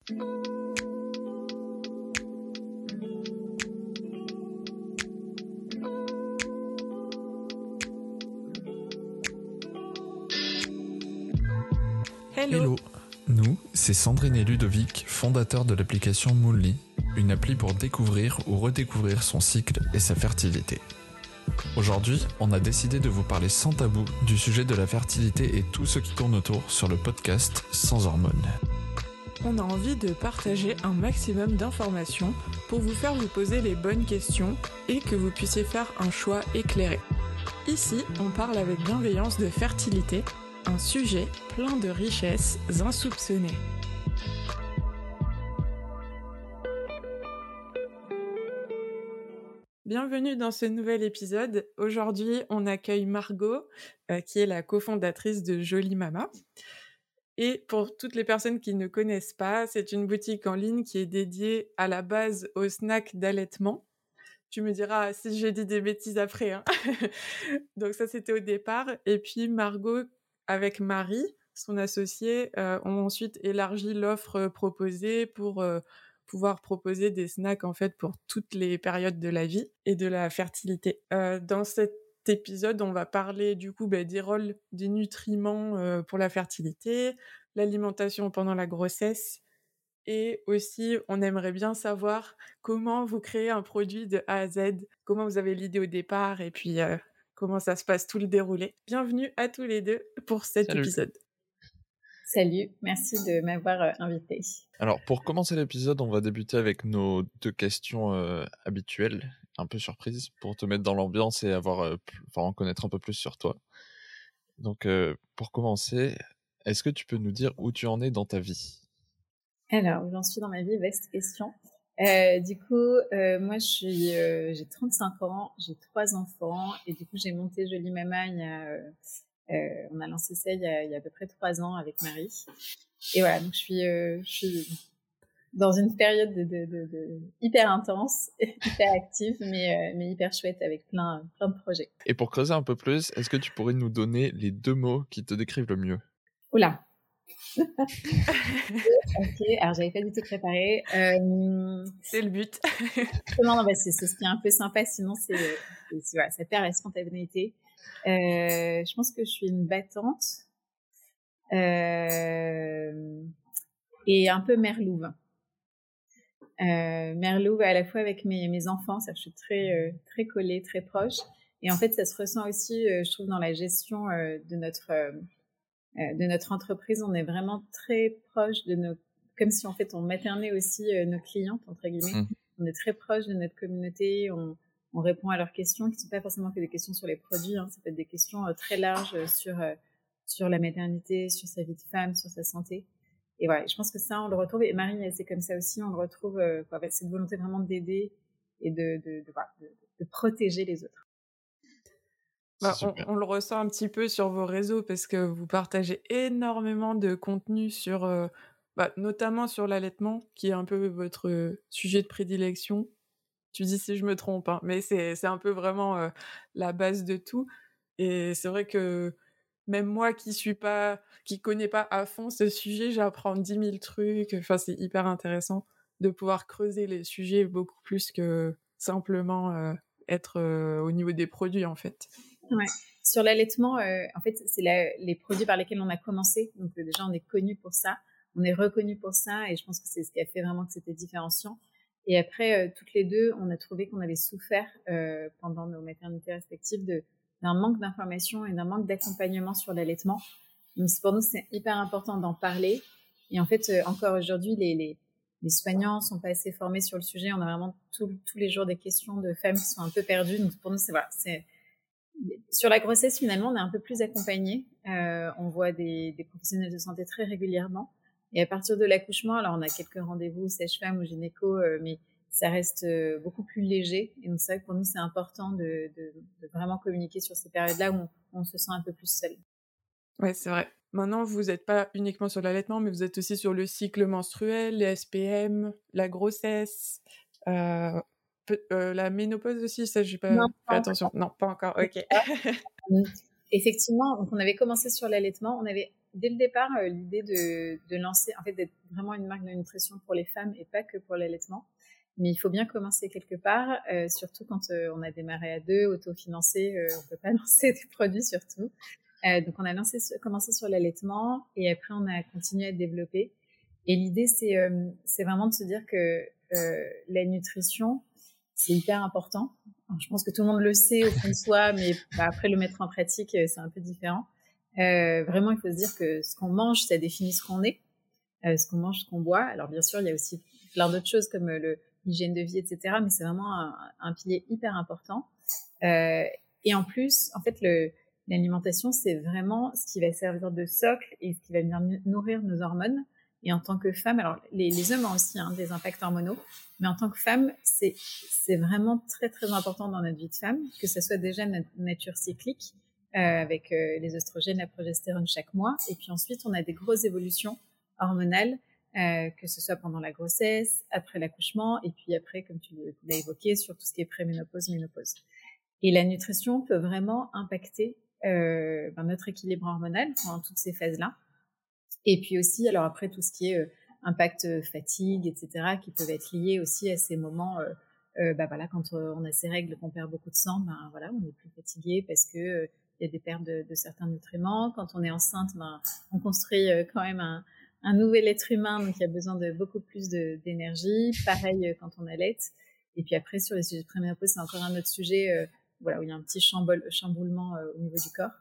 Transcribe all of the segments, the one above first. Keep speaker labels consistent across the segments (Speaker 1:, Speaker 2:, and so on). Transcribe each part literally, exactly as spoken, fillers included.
Speaker 1: Hello.
Speaker 2: Hello. Nous, c'est Sandrine et Ludovic, fondateurs de l'application Moonly, une appli pour découvrir ou redécouvrir son cycle et sa fertilité. Aujourd'hui, on a décidé de vous parler sans tabou du sujet de la fertilité et tout ce qui tourne autour sur le podcast Sans hormones.
Speaker 1: On a envie de partager un maximum d'informations pour vous faire vous poser les bonnes questions et que vous puissiez faire un choix éclairé. Ici, on parle avec bienveillance de fertilité, un sujet plein de richesses insoupçonnées. Bienvenue dans ce nouvel épisode. Aujourd'hui, on accueille Margot, euh, qui est la cofondatrice de Jolie Mama. Et pour toutes les personnes qui ne connaissent pas, c'est une boutique en ligne qui est dédiée à la base aux snacks d'allaitement. Tu me diras si j'ai dit des bêtises après. Hein. Donc ça, c'était au départ. Et puis Margot, avec Marie, son associée, euh, ont ensuite élargi l'offre proposée pour euh, pouvoir proposer des snacks en fait pour toutes les périodes de la vie et de la fertilité. Euh, dans cet épisode, on va parler du coup bah, des rôles des nutriments euh, pour la fertilité, l'alimentation pendant la grossesse, et aussi on aimerait bien savoir comment vous créez un produit de A à Z, comment vous avez l'idée au départ et puis euh, comment ça se passe tout le déroulé. Bienvenue à tous les deux pour cet
Speaker 2: Salut.
Speaker 1: épisode.
Speaker 3: Salut, merci de m'avoir euh, invitée.
Speaker 2: Alors, pour commencer l'épisode, on va débuter avec nos deux questions euh, habituelles, un peu surprises, pour te mettre dans l'ambiance et avoir, euh, plus, enfin, en connaître un peu plus sur toi. Donc, euh, pour commencer, est-ce que tu peux nous dire où tu en es dans ta vie ?
Speaker 3: Alors, j'en suis dans ma vie, vaste question. Euh, du coup, euh, moi, je suis, euh, j'ai trente-cinq ans, j'ai trois enfants, et du coup, j'ai monté Jolie Mama il y a, euh, euh, on a lancé ça il y a, il y a à peu près trois ans avec Marie. Et voilà, donc je suis, euh, je suis dans une période de, de, de, de hyper intense, hyper active, mais, euh, mais hyper chouette avec plein, plein de projets.
Speaker 2: Et pour creuser un peu plus, est-ce que tu pourrais nous donner les deux mots qui te décrivent le mieux ?
Speaker 3: Oula. Ok, alors j'avais pas du tout préparé. Euh...
Speaker 1: C'est le but.
Speaker 3: non, non, bah c'est, c'est ce qui est un peu sympa, sinon c'est, c'est, c'est voilà, ça perd la spontanéité. Euh, je pense que je suis une battante euh, et un peu mère louve. Euh, mère louve à la fois avec mes, mes enfants, ça, je suis très, euh, très collée, très proche. Et en fait, ça se ressent aussi, euh, je trouve, dans la gestion euh, de notre euh, de notre entreprise. On est vraiment très proche de nos, comme si en fait on maternait aussi euh, nos clientes entre guillemets. Mmh. On est très proche de notre communauté. On, on répond à leurs questions qui ne sont pas forcément que des questions sur les produits. Hein. Ça peut être des questions euh, très larges euh, sur euh, sur la maternité, sur sa vie de femme, sur sa santé. Et voilà, je pense que ça on le retrouve. Et Marie, c'est comme ça aussi. On le retrouve. Euh, quoi, cette volonté vraiment d'aider et de de, de, de, de, de protéger les autres.
Speaker 1: Bah, on, on le ressent un petit peu sur vos réseaux parce que vous partagez énormément de contenu sur, euh, bah, notamment sur l'allaitement, qui est un peu votre euh, sujet de prédilection. Tu dis si je me trompe, hein, mais c'est, c'est un peu vraiment euh, la base de tout. Et c'est vrai que même moi qui suis pas, qui connais pas à fond ce sujet, j'apprends dix mille trucs. Enfin, c'est hyper intéressant de pouvoir creuser les sujets beaucoup plus que simplement euh, être euh, au niveau des produits, en fait.
Speaker 3: Ouais. Sur l'allaitement, euh, en fait, c'est la, les produits par lesquels on a commencé. Donc euh, déjà, on est connu pour ça, on est reconnu pour ça, et je pense que c'est ce qui a fait vraiment que c'était différenciant. Et après, euh, toutes les deux, on a trouvé qu'on avait souffert euh, pendant nos maternités respectives de, d'un manque d'information et d'un manque d'accompagnement sur l'allaitement. Donc pour nous, c'est hyper important d'en parler. Et en fait, euh, encore aujourd'hui, les, les, les soignants sont pas assez formés sur le sujet. On a vraiment tout, tous les jours des questions de femmes qui sont un peu perdues. Donc pour nous, c'est voilà, c'est sur la grossesse, finalement, on est un peu plus accompagné. Euh, on voit des, des professionnels de santé très régulièrement. Et à partir de l'accouchement, alors on a quelques rendez-vous sage-femme ou gynéco, euh, mais ça reste euh, beaucoup plus léger. Et donc c'est vrai que pour nous, c'est important de, de, de vraiment communiquer sur ces périodes-là où on, on se sent un peu plus seul.
Speaker 1: Ouais, c'est vrai. Maintenant, vous n'êtes pas uniquement sur l'allaitement, mais vous êtes aussi sur le cycle menstruel, les S P M, la grossesse, euh, peu, euh, la ménopause aussi, ça, j'ai pas
Speaker 3: non,
Speaker 1: fait
Speaker 3: pas
Speaker 1: attention.
Speaker 3: encore.
Speaker 1: Non, pas encore, ok.
Speaker 3: Effectivement, donc on avait commencé sur l'allaitement, on avait dès le départ, euh, l'idée de, de lancer, en fait, d'être vraiment une marque de nutrition pour les femmes et pas que pour l'allaitement. Mais il faut bien commencer quelque part, euh, surtout quand euh, on a démarré à deux, autofinancé, euh, on peut pas lancer des produits surtout. Euh, donc on a lancé, commencé sur l'allaitement et après on a continué à développer. Et l'idée c'est euh, c'est vraiment de se dire que euh, la nutrition c'est hyper important. Alors, je pense que tout le monde le sait au fond de soi, mais bah, après le mettre en pratique euh, c'est un peu différent. Euh, vraiment il faut se dire que ce qu'on mange ça définit ce qu'on est, euh, ce qu'on mange, ce qu'on boit. Alors bien sûr il y a aussi plein d'autres choses comme le l'hygiène de vie, et cetera. Mais c'est vraiment un, un pilier hyper important. Euh, et en plus, en fait, le, l'alimentation, c'est vraiment ce qui va servir de socle et ce qui va venir nourrir nos hormones. Et en tant que femme, alors les, les hommes ont aussi hein, des impacts hormonaux, mais en tant que femme, c'est, c'est vraiment très très important dans notre vie de femme, que ce soit déjà notre nature cyclique, euh, avec euh, les oestrogènes, la progestérone chaque mois, et puis ensuite on a des grosses évolutions hormonales, Euh, que ce soit pendant la grossesse, après l'accouchement, et puis après, comme tu l'as évoqué, sur tout ce qui est préménopause, ménopause. Et la nutrition peut vraiment impacter euh, ben, notre équilibre hormonal pendant toutes ces phases-là. Et puis aussi, alors après, tout ce qui est euh, impact euh, fatigue, et cetera, qui peuvent être liés aussi à ces moments, euh, euh, ben voilà, quand euh, on a ces règles, qu'on perd beaucoup de sang, ben voilà, on est plus fatigué parce que euh, il y a des pertes de, de certains nutriments. Quand on est enceinte, ben, on construit euh, quand même un un nouvel être humain, donc il y a besoin de beaucoup plus de, d'énergie. Pareil quand on allait. Et puis après, sur les sujets de préménopause, c'est encore un autre sujet euh, voilà, où il y a un petit chamboule, chamboulement euh, au niveau du corps.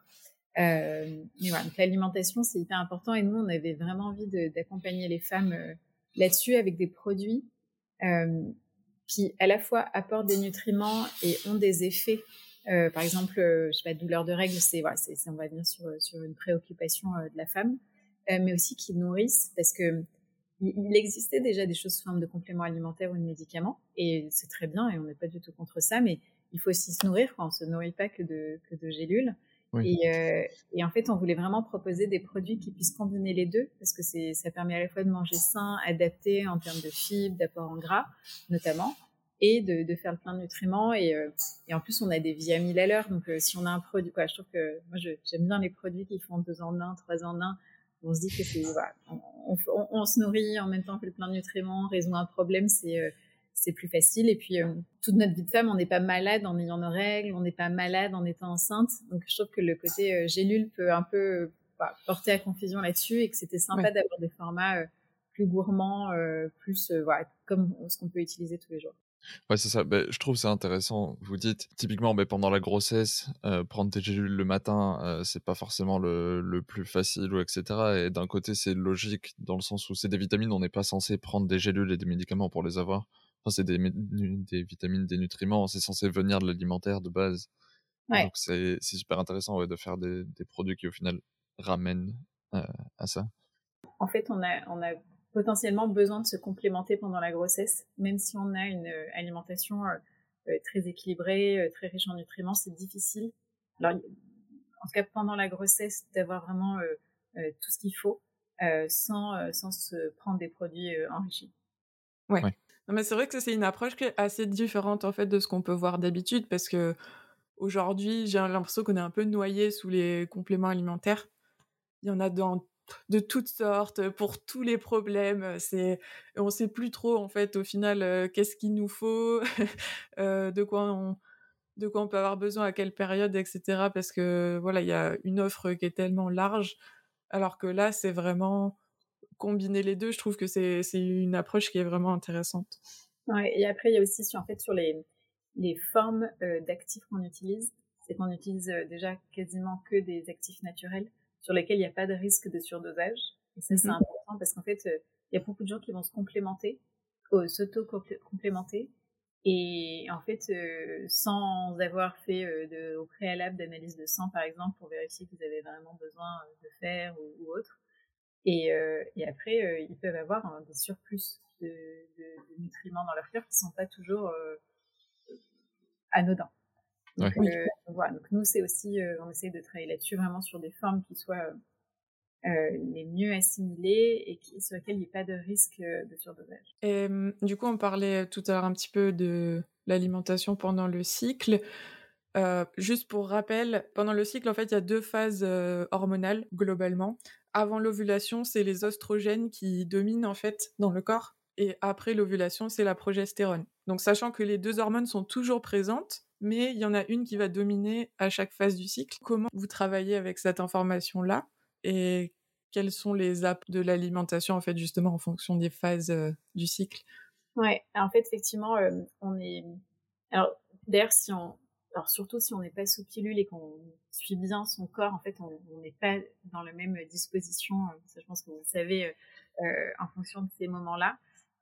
Speaker 3: Euh, mais voilà, donc l'alimentation, c'est hyper important. Et nous, on avait vraiment envie de, d'accompagner les femmes euh, là-dessus avec des produits euh, qui, à la fois, apportent des nutriments et ont des effets. Euh, par exemple, euh, je sais pas, douleur de règles, c'est, voilà, c'est, c'est, on va venir sur, sur une préoccupation euh, de la femme. Euh, mais aussi qui nourrissent, parce que il existait déjà des choses sous forme de compléments alimentaires ou de médicaments, et c'est très bien, et on n'est pas du tout contre ça, mais il faut aussi se nourrir, quoi. On ne se nourrit pas que de, que de gélules. Oui. Et, euh, et en fait, on voulait vraiment proposer des produits qui puissent combiner les deux, parce que c'est, ça permet à la fois de manger sain, adapté en termes de fibres, d'apport en gras, notamment, et de, de faire le plein de nutriments. Et, euh, et en plus, on a des vies à mille à l'heure, donc euh, si on a un produit, quoi, je trouve que moi, je, j'aime bien les produits qui font deux en un, trois en un. On se dit que c'est voilà, on, on, on, on se nourrit en même temps on fait le plein de nutriments, résout un problème, c'est euh, c'est plus facile. Et puis euh, toute notre vie de femme, on n'est pas malade en ayant nos règles, on n'est pas malade en étant enceinte. Donc je trouve que le côté euh, gélule peut un peu euh, bah, porter à confusion là-dessus, et que c'était sympa ouais. d'avoir des formats euh, plus gourmands, euh, plus euh, voilà, comme ce qu'on peut utiliser tous les jours.
Speaker 2: Ouais, c'est ça. Bah, je trouve c'est intéressant. Vous dites, typiquement, bah, pendant la grossesse, euh, prendre tes gélules le matin, euh, c'est pas forcément le, le plus facile, ou et cetera. Et d'un côté, c'est logique dans le sens où c'est des vitamines, on n'est pas censé prendre des gélules et des médicaments pour les avoir. Enfin, c'est des, des vitamines, des nutriments, c'est censé venir de l'alimentaire de base. Ouais. Donc, c'est, c'est super intéressant ouais, de faire des, des produits qui, au final, ramènent euh, à ça.
Speaker 3: En fait, on a... On a... potentiellement besoin de se complémenter pendant la grossesse, même si on a une euh, alimentation euh, euh, très équilibrée, euh, très riche en nutriments, c'est difficile. Alors, en tout cas, pendant la grossesse, d'avoir vraiment euh, euh, tout ce qu'il faut euh, sans, euh, sans se prendre des produits euh, enrichis.
Speaker 1: Ouais. ouais. Non, mais c'est vrai que ça, c'est une approche qui est assez différente en fait de ce qu'on peut voir d'habitude, parce que aujourd'hui, j'ai l'impression qu'on est un peu noyé sous les compléments alimentaires. Il y en a dans de toutes sortes, pour tous les problèmes. C'est, on sait plus trop en fait au final euh, qu'est-ce qu'il nous faut, euh, de quoi on, de quoi on peut avoir besoin à quelle période, et cetera. Parce que voilà, il y a une offre qui est tellement large, alors que là, c'est vraiment combiner les deux. Je trouve que c'est c'est une approche qui est vraiment intéressante.
Speaker 3: Ouais, et après il y a aussi sur en fait sur les les formes euh, d'actifs qu'on utilise, c'est qu'on utilise euh, déjà quasiment que des actifs naturels sur lesquels il n'y a pas de risque de surdosage. Et ça, mm-hmm. c'est important parce qu'en fait, il euh, y a beaucoup de gens qui vont se complémenter, euh, s'auto-complémenter, et en fait, euh, sans avoir fait euh, de, au préalable d'analyse de sang, par exemple, pour vérifier qu'ils avaient vraiment besoin de fer ou, ou autre. Et, euh, et après, euh, ils peuvent avoir hein, des surplus de, de, de nutriments dans leur cœur qui ne sont pas toujours euh, anodins. Donc, ouais. euh, donc, voilà. Donc nous, c'est aussi, euh, on essaie de travailler là-dessus vraiment sur des formes qui soient euh, les mieux assimilées et qui, sur lesquelles il n'y ait pas de risque de surdosage.
Speaker 1: Et du coup, on parlait tout à l'heure un petit peu de l'alimentation pendant le cycle. Euh, juste pour rappel, pendant le cycle, en fait, il y a deux phases euh, hormonales globalement. Avant l'ovulation, c'est les oestrogènes qui dominent en fait dans le corps, et après l'ovulation, c'est la progestérone. Donc, sachant que les deux hormones sont toujours présentes, mais il y en a une qui va dominer à chaque phase du cycle. Comment vous travaillez avec cette information-là et quels sont les apps de l'alimentation en fait justement en fonction des phases euh, du cycle?
Speaker 3: Ouais, en fait, effectivement, euh, on est. Alors, d'ailleurs, si on. Alors, surtout si on n'est pas sous pilule et qu'on suit bien son corps, en fait, on n'est pas dans la même disposition. Ça, je pense que vous le savez, euh, en fonction de ces moments-là.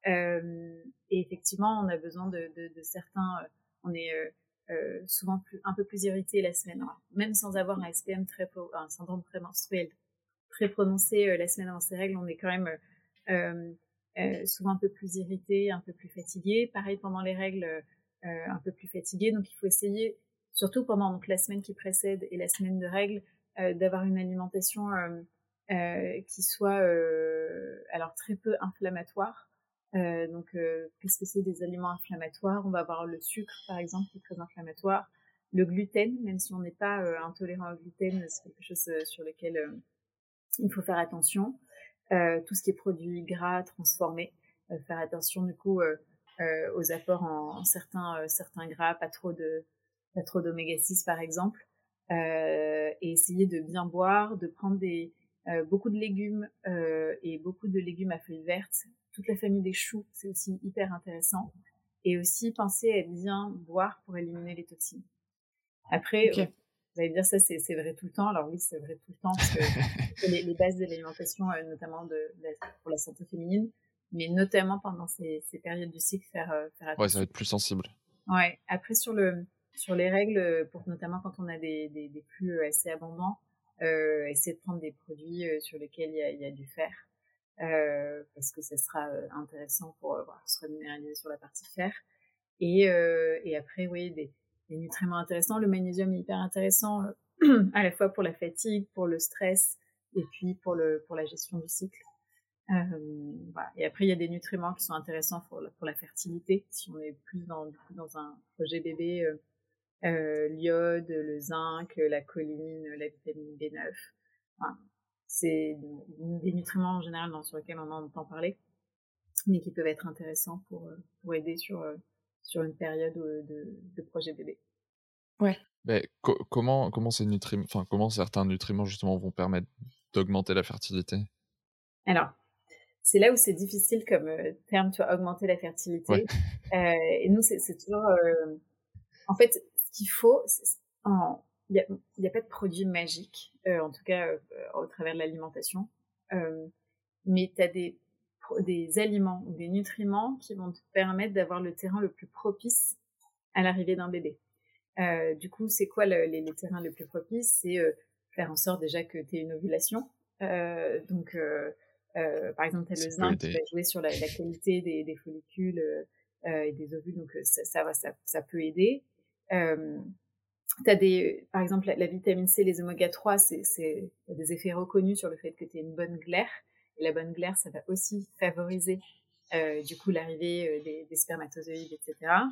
Speaker 3: Euh, et effectivement, on a besoin de, de, de certains. Euh, on est euh, euh, souvent plus, un peu plus irrité la semaine, alors, même sans avoir un S P M très, un syndrome prémenstruel très prononcé euh, la semaine avant ses règles, on est quand même euh, euh, souvent un peu plus irrité, un peu plus fatigué. Pareil pendant les règles, euh, un peu plus fatigué. Donc il faut essayer, surtout pendant donc, la semaine qui précède et la semaine de règles, euh, d'avoir une alimentation euh, euh, qui soit euh, alors très peu inflammatoire. Euh, donc, euh, qu'est-ce que c'est des aliments inflammatoires? On va avoir le sucre, par exemple, qui est très inflammatoire. Le gluten, même si on n'est pas euh, intolérant au gluten, c'est quelque chose euh, sur lequel euh, il faut faire attention. Euh, tout ce qui est produits gras transformés, euh, faire attention du coup euh, euh, aux apports en, en certains, euh, certains gras, pas trop de pas trop d'oméga six par exemple, euh, et essayer de bien boire, de prendre des, euh, beaucoup de légumes euh, et beaucoup de légumes à feuilles vertes. Toute la famille des choux, c'est aussi hyper intéressant. Et aussi penser à bien boire pour éliminer les toxines. Après,
Speaker 1: Ok.
Speaker 3: vous allez me dire ça, c'est, c'est vrai tout le temps. Alors oui, c'est vrai tout le temps parce que les, les bases de l'alimentation, euh, notamment de, de, pour la santé féminine, mais notamment pendant ces, ces périodes du cycle, faire, euh, faire attention.
Speaker 2: Ouais, ça va être plus sensible.
Speaker 3: Ouais. Après, sur, le, sur les règles, pour, notamment quand on a des, des, des flux assez abondants, euh, essayer de prendre des produits sur lesquels il y a, il y a du fer, euh, parce que ça sera intéressant pour euh, se reminéraliser sur la partie fer. Et, euh, et après, oui, des, des nutriments intéressants. Le magnésium est hyper intéressant euh, à la fois pour la fatigue, pour le stress et puis pour, le, pour la gestion du cycle. Euh, voilà. Et après, il y a des nutriments qui sont intéressants pour la, pour la fertilité. Si on est plus dans, du coup, dans un projet bébé, euh, euh, l'iode, le zinc, la choline, la vitamine B neuf. Voilà. C'est des nutriments en général dans, sur lesquels on entend parler, mais qui peuvent être intéressants pour, pour aider sur, sur une période de, de projet bébé.
Speaker 1: Ouais.
Speaker 2: Mais co- comment, comment, ces nutriments, enfin, comment certains nutriments justement vont permettre d'augmenter la fertilité?
Speaker 3: Alors, c'est là où c'est difficile comme euh, terme, tu vois, augmenter la fertilité.
Speaker 2: Ouais.
Speaker 3: Euh, et nous, c'est, c'est toujours... Euh, en fait, ce qu'il faut, il n'y a, y a pas de produit magique, euh, en tout cas euh, au travers de l'alimentation, euh, mais tu as des, des aliments ou des nutriments qui vont te permettre d'avoir le terrain le plus propice à l'arrivée d'un bébé. Euh, du coup, c'est quoi le, les, les terrains les plus propices? C'est euh, faire en sorte déjà que tu aies une ovulation. Euh, donc, euh, euh, par exemple, tu as le zinc qui va jouer sur la, la qualité des, des follicules euh, et des ovules, donc ça, ça, va, ça, ça peut aider. Euh, tu as des, par exemple, la, la vitamine C, les oméga trois, c'est, c'est des effets reconnus sur le fait que tu aies une bonne glaire. Et la bonne glaire, ça va aussi favoriser euh, du coup l'arrivée euh, des, des spermatozoïdes, et cetera.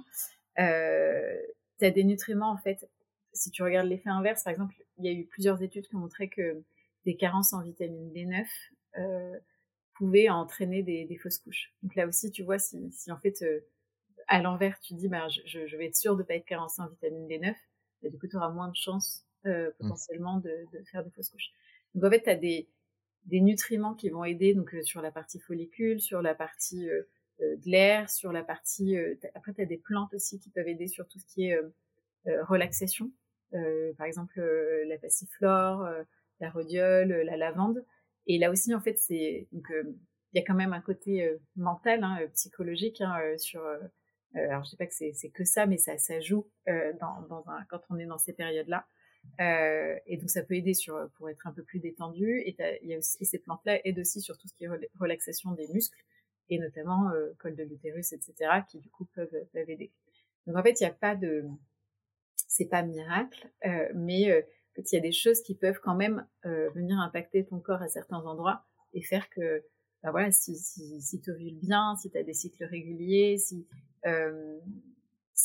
Speaker 3: Euh, tu as des nutriments, en fait, si tu regardes l'effet inverse, par exemple, il y a eu plusieurs études qui ont montré que des carences en vitamine B neuf euh, pouvaient entraîner des, des fausses couches. Donc là aussi, tu vois, si, si en fait, euh, à l'envers, tu dis, bah, je, je vais être sûre de ne pas être carencée en vitamine B neuf, bah, du coup, tu auras moins de chances euh, potentiellement de, de faire des fausses couches. Donc en fait, tu as des, des nutriments qui vont aider donc, euh, sur la partie follicule, sur la partie... Euh, Euh, de l'air, sur la partie... Euh, après, tu as des plantes aussi qui peuvent aider sur tout ce qui est euh, euh, relaxation. Euh, par exemple, euh, la passiflore, euh, la rhodiole, euh, la lavande. Et là aussi, en fait, c'est... Donc, il euh, y a quand même un côté euh, mental, hein, psychologique, hein, euh, sur... Euh, alors, je sais pas que c'est, c'est que ça, mais ça, ça joue euh, dans, dans un, quand on est dans ces périodes-là. Euh, et donc, ça peut aider sur, pour être un peu plus détendu. Et, y a aussi, et ces plantes-là aident aussi sur tout ce qui est relaxation des muscles, et notamment euh, col de l'utérus, et cetera, qui du coup peuvent, peuvent aider. Donc en fait, il n'y a pas de... C'est pas miracle, euh, mais euh, il y a des choses qui peuvent quand même euh, venir impacter ton corps à certains endroits et faire que, bah voilà, si, si, si tu ovules bien, si tu as des cycles réguliers, si, euh,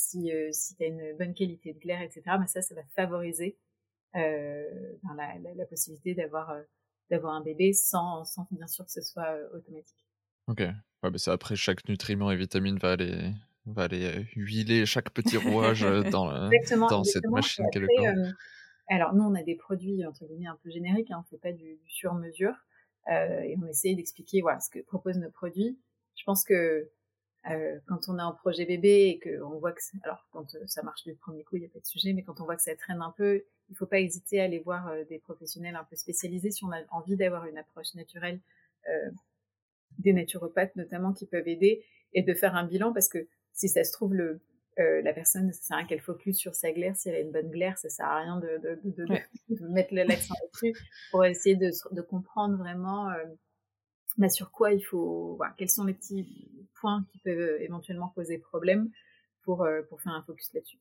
Speaker 3: si, euh, si tu as une bonne qualité de glaire, et cetera, bah ça, ça va favoriser euh, ben la, la, la possibilité d'avoir, euh, d'avoir un bébé sans, sans bien sûr que ce soit euh, automatique.
Speaker 2: Ok. Ouais, bah c'est après, chaque nutriment et vitamine va aller, va aller euh, huiler chaque petit rouage euh, dans, euh,
Speaker 3: Exactement,
Speaker 2: dans cette
Speaker 3: exactement. Et
Speaker 2: machine qu'est le
Speaker 3: après,
Speaker 2: corps.
Speaker 3: euh, alors nous, on a des produits entre guillemets un peu génériques, hein, on ne fait pas du, du sur-mesure, euh, et on essaye d'expliquer voilà, ce que proposent nos produits. Je pense que euh, quand on est en projet bébé et qu'on voit que, alors quand euh, ça marche du premier coup, il n'y a pas de sujet, mais quand on voit que ça traîne un peu, il ne faut pas hésiter à aller voir euh, des professionnels un peu spécialisés si on a envie d'avoir une approche naturelle, euh, des naturopathes notamment qui peuvent aider, et de faire un bilan, parce que si ça se trouve, le Euh, la personne, ça sert à rien qu'elle focus sur sa glaire. Si elle a une bonne glaire, ça sert à rien de, de, de, de,
Speaker 1: Ouais.
Speaker 3: de mettre l'accent là-dessus, pour essayer de, de comprendre vraiment euh, bah, sur quoi il faut, voilà, quels sont les petits points qui peuvent éventuellement poser problème, pour, euh, pour faire un focus là-dessus.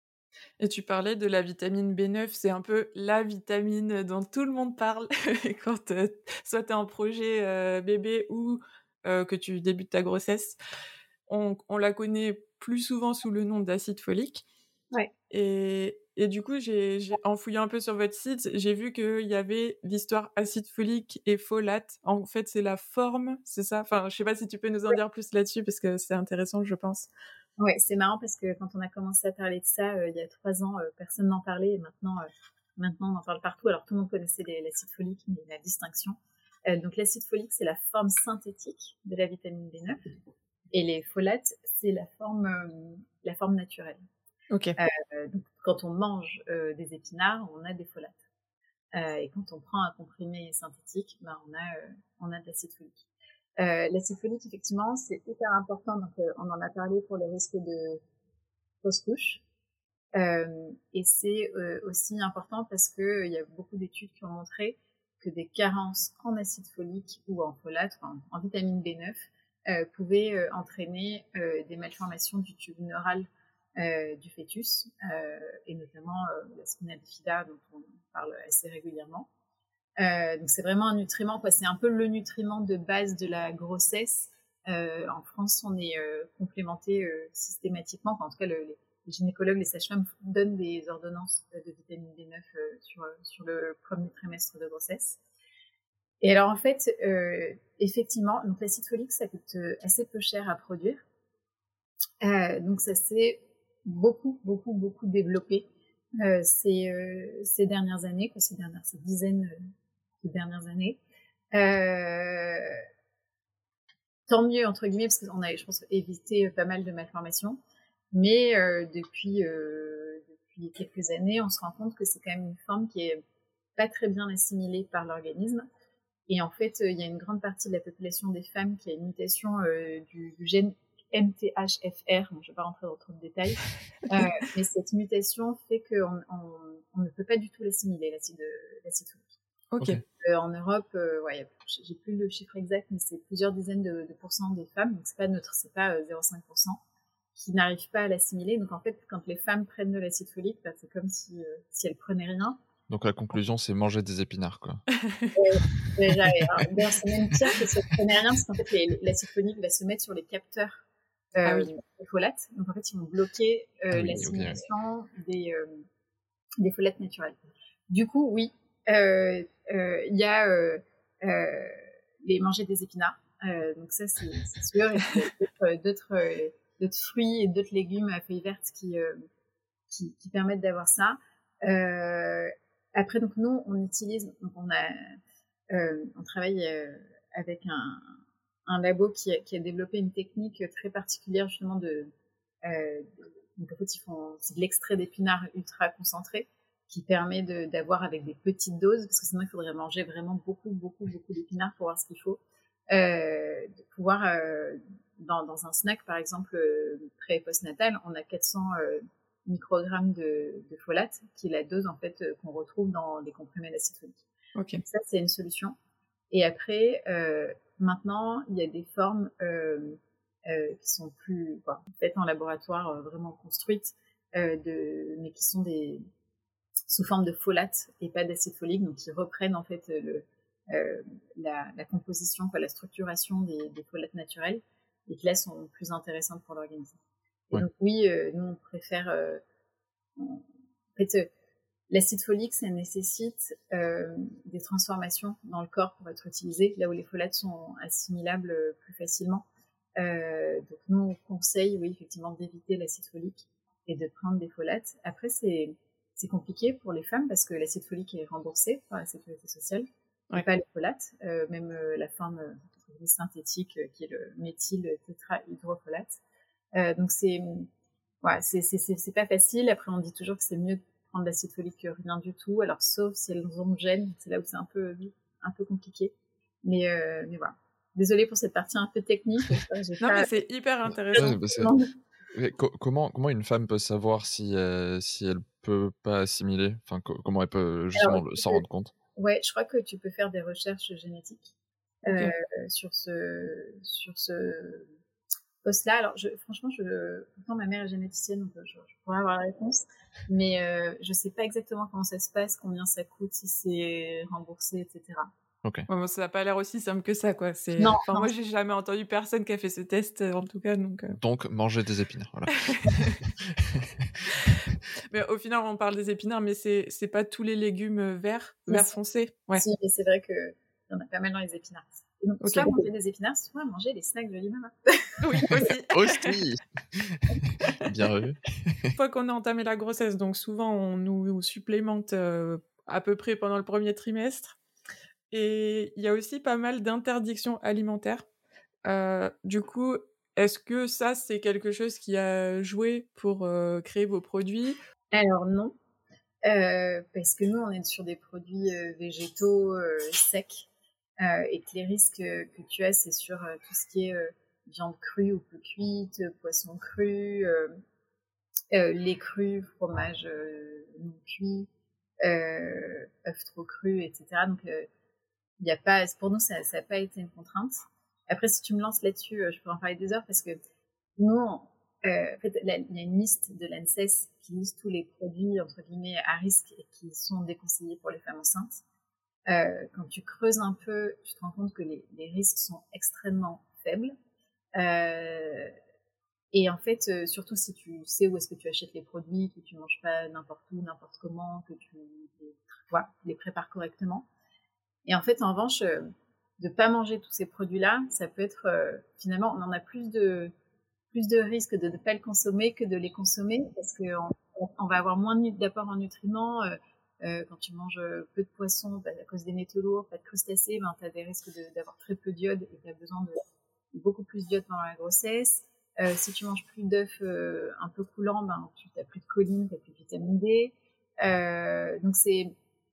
Speaker 1: Et tu parlais de la vitamine B neuf, c'est un peu la vitamine dont tout le monde parle quand euh, soit tu es en projet euh, bébé ou euh, que tu débutes ta grossesse. On, on la connaît plus souvent sous le nom d'acide folique.
Speaker 3: Ouais.
Speaker 1: Et, et du coup, j'ai, j'ai, en fouillant un peu sur votre site, j'ai vu qu'il y avait l'histoire acide folique et folate. En fait, c'est la forme, c'est ça? Enfin, je sais pas si tu peux nous en
Speaker 3: Ouais.
Speaker 1: dire plus là-dessus, parce que c'est intéressant, je pense.
Speaker 3: Ouais, c'est marrant parce que quand on a commencé à parler de ça euh, il y a trois ans, euh, personne n'en parlait, et maintenant, euh, maintenant on en parle partout. Alors tout le monde connaissait les, l'acide folique, mais la distinction. Euh, donc l'acide folique, c'est la forme synthétique de la vitamine B neuf, et les folates, c'est la forme, euh, la forme naturelle.
Speaker 1: Ok.
Speaker 3: Euh, donc quand on mange euh, des épinards, on a des folates. Euh, et quand on prend un comprimé synthétique, ben on a, euh, on a de l'acide folique. Euh, l'acide folique, effectivement, c'est hyper important. Donc, euh, on en a parlé pour les risques de fausse couche. Euh, et c'est euh, aussi important parce que il y a beaucoup d'études qui ont montré que des carences en acide folique ou en folate, enfin, en vitamine B neuf, euh, pouvaient euh, entraîner euh, des malformations du tube neural euh, du fœtus, euh, et notamment euh, la spina bifida, dont on parle assez régulièrement. Euh, donc c'est vraiment un nutriment, quoi. C'est un peu le nutriment de base de la grossesse. Euh, en France, on est euh, complémenté euh, systématiquement. Enfin, en tout cas, le, les, les gynécologues, les sages-femmes donnent des ordonnances de vitamine B neuf euh, sur, sur le premier trimestre de grossesse. Et alors, en fait, euh, effectivement, donc l'acide folique, ça coûte assez peu cher à produire. Euh, donc ça s'est beaucoup, beaucoup, beaucoup développé euh, ces, euh, ces dernières années, quoi, ces dernières, ces dizaines de dernières années. Euh, tant mieux, entre guillemets, parce qu'on a, je pense, évité pas mal de malformations. Mais euh, depuis, euh, depuis quelques années, on se rend compte que c'est quand même une forme qui est pas très bien assimilée par l'organisme. Et en fait, il y a une grande partie de la population des femmes qui a une mutation euh, du, du gène M T H F R. Bon, je ne vais pas rentrer dans trop de détails. Euh, mais cette mutation fait qu'on on, on ne peut pas du tout l'assimiler, l'acide, l'acide folique.
Speaker 1: Ok.
Speaker 3: Euh, en Europe, euh, ouais, j'ai plus le chiffre exact, mais c'est plusieurs dizaines de, de pourcents des femmes, donc c'est pas neutre, c'est pas euh, zéro virgule cinq pour cent, qui n'arrivent pas à l'assimiler. Donc en fait, quand les femmes prennent de l'acide folique, bah, c'est comme si, euh, si elles prenaient rien.
Speaker 2: Donc la conclusion, c'est manger des épinards, quoi.
Speaker 3: Euh, déjà, alors, c'est même pire que si elles prenaient rien, parce qu'en fait, les, l'acide folique va se mettre sur les capteurs euh,
Speaker 1: Ah oui.
Speaker 3: des folates. Donc en fait, ils vont bloquer euh,
Speaker 2: Ah oui,
Speaker 3: l'assimilation okay. des, euh, des folates naturelles. Du coup, oui, il euh, euh, y a euh, euh, les manger des épinards. Euh, donc ça, c'est, c'est sûr. Et puis, d'autres, d'autres, euh, d'autres fruits et d'autres légumes à feuilles vertes qui, euh, qui, qui permettent d'avoir ça. Euh, après, donc nous, on utilise, donc on a, euh, on travaille euh, avec un, un labo qui a, qui a développé une technique très particulière justement de, euh, donc en fait ils font c'est de l'extrait d'épinards ultra concentré qui permet de, d'avoir avec des petites doses, parce que sinon il faudrait manger vraiment beaucoup beaucoup beaucoup d'épinards pour voir ce qu'il faut, euh, de pouvoir euh, dans, dans un snack par exemple euh, pré et post-natal, on a quatre cents euh, microgrammes de, de folate, qui est la dose en fait qu'on retrouve dans les comprimés d'acide folique.
Speaker 1: Okay.
Speaker 3: Donc ça c'est une solution. Et après euh, maintenant il y a des formes euh, euh, qui sont plus quoi, faites en laboratoire, euh, vraiment construites, euh, de, mais qui sont des sous forme de folate et pas d'acide folique, donc qui reprennent en fait le, euh, la, la composition, quoi, la structuration des, des folates naturelles, et qui là sont plus intéressantes pour l'organisme. Et
Speaker 2: Ouais.
Speaker 3: donc oui, euh, nous on préfère. Euh, en fait, euh, l'acide folique, ça nécessite euh, des transformations dans le corps pour être utilisé, là où les folates sont assimilables euh, plus facilement. Euh, donc nous on conseille, oui, effectivement, d'éviter l'acide folique et de prendre des folates. Après, c'est c'est compliqué pour les femmes parce que l'acide folique est remboursé par la sécurité sociale, et
Speaker 1: Ouais.
Speaker 3: pas les folates, euh, même euh, la forme euh, synthétique euh, qui est le méthyl tétrahydrofolate. Euh, donc c'est ouais, c'est c'est c'est c'est pas facile. Après, on dit toujours que c'est mieux de prendre l'acide folique que rien du tout. Alors sauf si elles ont gène, c'est là où c'est un peu un peu compliqué. Mais euh, mais voilà. Désolée pour cette partie un peu technique. J'ai
Speaker 1: Non,
Speaker 3: pas
Speaker 1: mais c'est hyper intéressant.
Speaker 2: Ouais, bah, c'est- mais co- comment, comment une femme peut savoir si, euh, si elle peut pas assimiler, enfin, co- comment elle peut justement
Speaker 3: Alors,
Speaker 2: le- s'en rendre compte?
Speaker 3: ouais, je crois que tu peux faire des recherches génétiques
Speaker 1: Ok.
Speaker 3: euh, sur ce sur ce poste-là. Alors, je, franchement, je, pourtant ma mère est généticienne, donc je, je pourrais avoir la réponse, mais euh, je sais pas exactement comment ça se passe, combien ça coûte, si c'est remboursé, et cetera.
Speaker 2: Ok.
Speaker 1: Ouais, bon, ça n'a pas l'air aussi simple que ça, quoi. C'est...
Speaker 3: Non,
Speaker 1: Enfin,
Speaker 3: non.
Speaker 1: moi, j'ai jamais entendu personne qui a fait ce test, euh, en tout cas, donc... euh.
Speaker 2: Donc, manger des épinards, voilà.
Speaker 1: Mais au final, on parle des épinards, mais c'est, c'est pas tous les légumes euh, verts,
Speaker 3: Si,
Speaker 1: vert
Speaker 3: si.
Speaker 1: foncé. Ouais.
Speaker 3: Si, mais c'est vrai qu'il y en a pas mal dans les épinards. Et donc,
Speaker 1: Ok.
Speaker 3: soit manger des épinards, soit manger les snacks de Limama.
Speaker 1: Oui, aussi.
Speaker 2: Aussi. Bien vu.
Speaker 1: Une fois qu'on a entamé la grossesse, donc souvent, on nous supplémente euh, à peu près pendant le premier trimestre. Et il y a aussi pas mal d'interdictions alimentaires. Euh, du coup, est-ce que ça, c'est quelque chose qui a joué pour euh, créer vos produits?
Speaker 3: Alors non, euh, parce que nous, on est sur des produits euh, végétaux euh, secs, euh, et que les risques euh, que tu as, c'est sur euh, tout ce qui est euh, viande crue ou peu cuite, poisson cru, euh, euh, lait cru, fromage euh, non cuit, euh, œufs trop crus, et cetera. Donc, euh, y a pas, pour nous, ça n'a pas été une contrainte. Après, si tu me lances là-dessus, euh, je pourrais en parler des heures parce que nous, euh, en fait, il y a une liste de l'ANSES qui liste tous les produits, entre guillemets, à risque et qui sont déconseillés pour les femmes enceintes. Euh, quand tu creuses un peu, tu te rends compte que les, les risques sont extrêmement faibles. Euh, et en fait, euh, surtout si tu sais où est-ce que tu achètes les produits, que tu manges pas n'importe où, n'importe comment, que tu les, voilà, les prépares correctement. Et en fait, en revanche, euh, de pas manger tous ces produits-là, ça peut être euh, finalement, on en a plus de plus de risques de ne pas le consommer que de les consommer parce qu'on on va avoir moins d'apport en nutriments. Euh, euh, quand tu manges peu de poissons, bah, à cause des métaux lourds, pas de crustacés, ben, tu as des risques de, d'avoir très peu d'iode et tu as besoin de beaucoup plus d'iode pendant la grossesse. Euh, si tu manges plus d'œufs euh, un peu coulants, ben, tu n'as plus de choline, tu n'as plus de vitamine D. Euh, donc c'est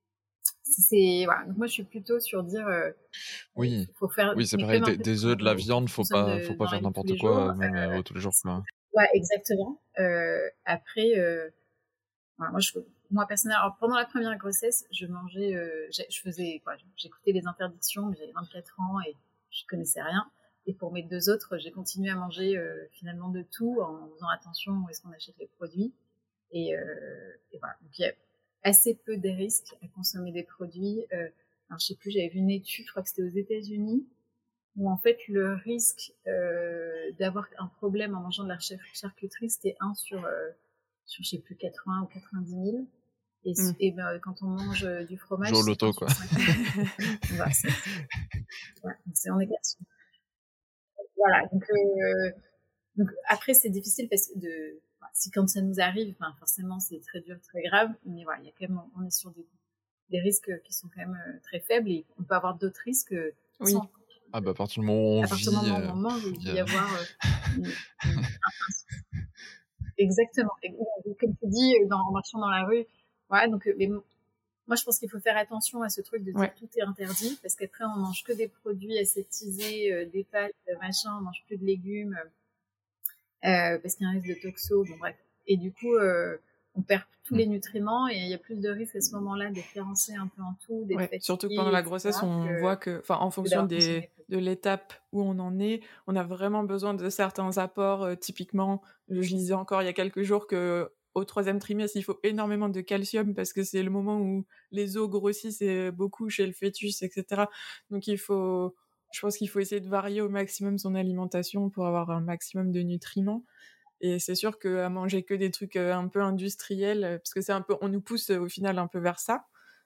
Speaker 3: c'est voilà. Donc moi je suis plutôt sur dire euh,
Speaker 2: Oui.
Speaker 3: faut faire
Speaker 2: Oui, c'est
Speaker 3: mais
Speaker 2: pareil,
Speaker 3: comme un
Speaker 2: des,
Speaker 3: peu
Speaker 2: des œufs, de la viande, faut pas,
Speaker 3: de,
Speaker 2: faut pas
Speaker 3: dans la
Speaker 2: faire
Speaker 3: vie de tous
Speaker 2: n'importe
Speaker 3: les
Speaker 2: quoi,
Speaker 3: jours.
Speaker 2: euh, même
Speaker 3: Euh,
Speaker 2: euh, tous les jours, quoi.
Speaker 3: ouais, exactement. Euh, après, euh, voilà, moi, je, moi personnellement, alors, pendant la première grossesse, je mangeais, euh, je faisais quoi, j'écoutais les interdictions, mais j'avais vingt-quatre ans et je connaissais rien. Et pour mes deux autres, j'ai continué à manger euh, finalement de tout en faisant attention où est-ce qu'on achète les produits. Et, euh, et voilà. Donc il y a assez peu de risques à consommer des produits. Euh, alors, je sais plus, j'avais vu une étude, je crois que c'était aux États-Unis, où en fait le risque euh, d'avoir un problème en mangeant de la charcuterie, c'était un sur, euh, sur je sais plus, quatre-vingts ou quatre-vingt-dix mille. Et,
Speaker 1: Mm.
Speaker 3: et ben, quand on mange du fromage,
Speaker 2: Joue au
Speaker 3: c'est
Speaker 2: loto,
Speaker 3: un sur
Speaker 2: quoi.
Speaker 3: voilà, c'est, ouais, donc c'est, on est là-dessus. Voilà, donc, euh, donc après c'est difficile parce que de, enfin, si quand ça nous arrive, enfin, forcément c'est très dur, très grave, mais voilà, il y a quand même, on est sur des, des risques qui sont quand même euh, très faibles et on peut avoir d'autres risques
Speaker 1: Oui.
Speaker 3: sans,
Speaker 2: Ah bah à partir du moment où on
Speaker 3: à partir du
Speaker 2: vit,
Speaker 3: moment où
Speaker 2: euh,
Speaker 3: on mange, il
Speaker 2: il
Speaker 3: peut
Speaker 2: y
Speaker 3: y
Speaker 2: a-
Speaker 3: avoir euh, une- une- un- un- exactement. Et, euh, comme tu dis, dans, en marchant dans la rue, voilà, donc euh, mais moi je pense qu'il faut faire attention à ce truc de dire
Speaker 1: Ouais.
Speaker 3: tout est interdit parce qu'après on mange que des produits aseptisés, euh, des pâtes, euh, machin, on mange plus de légumes euh, parce qu'il y a un risque de toxo, bon bref. Et du coup, euh, on perd tous les nutriments et il y a plus de risques à ce moment-là d'être carencé un peu en tout, d'être
Speaker 1: Ouais,
Speaker 3: fatigué,
Speaker 1: surtout que pendant la
Speaker 3: et cetera,
Speaker 1: grossesse, on
Speaker 3: que,
Speaker 1: voit que, enfin, en
Speaker 3: que
Speaker 1: fonction
Speaker 3: d'avoir consommé
Speaker 1: des, de l'étape où on en est, on a vraiment besoin de certains apports. Euh, typiquement, je lisais encore il y a quelques jours que au troisième trimestre, il faut énormément de calcium parce que c'est le moment où les os grossissent et beaucoup chez le fœtus, et cetera. Donc il faut, je pense qu'il faut essayer de varier au maximum son alimentation pour avoir un maximum de nutriments. Et c'est sûr qu'à manger que des trucs euh, un peu industriels, euh, parce que c'est un peu, on nous pousse euh, au final un peu vers ça.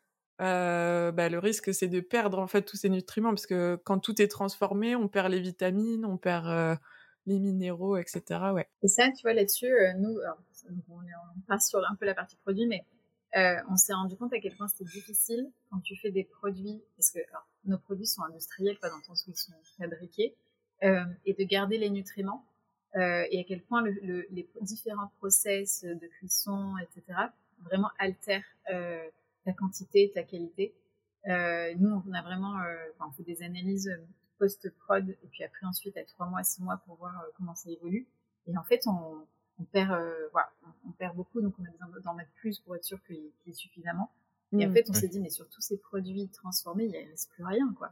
Speaker 1: Euh, bah, le risque c'est de perdre en fait tous ces nutriments, parce que quand tout est transformé, on perd les vitamines, on perd euh, les minéraux, et cetera. Ouais.
Speaker 3: Et ça, tu vois, là-dessus, euh, nous, alors, on, est, on passe sur un peu la partie produit, mais euh, on s'est rendu compte à quel point c'était difficile quand tu fais des produits, parce que alors, nos produits sont industriels, pas dans le sens où ils sont fabriqués, euh, et de garder les nutriments, euh, et à quel point le, le, les différents process de cuisson, et cetera, vraiment altèrent euh, ta quantité, ta qualité. Euh, nous, on a vraiment, euh, on fait des analyses post-prod, et puis après ensuite à trois mois, six mois pour voir euh, comment ça évolue. Et en fait, on, on perd, euh, voilà, on, on perd beaucoup, donc on a besoin d'en mettre plus pour être sûr qu'il y ait suffisamment. Et en
Speaker 1: Mmh.
Speaker 3: fait, on
Speaker 2: Ouais.
Speaker 3: s'est dit, mais sur tous ces produits transformés, il ne reste plus rien, quoi.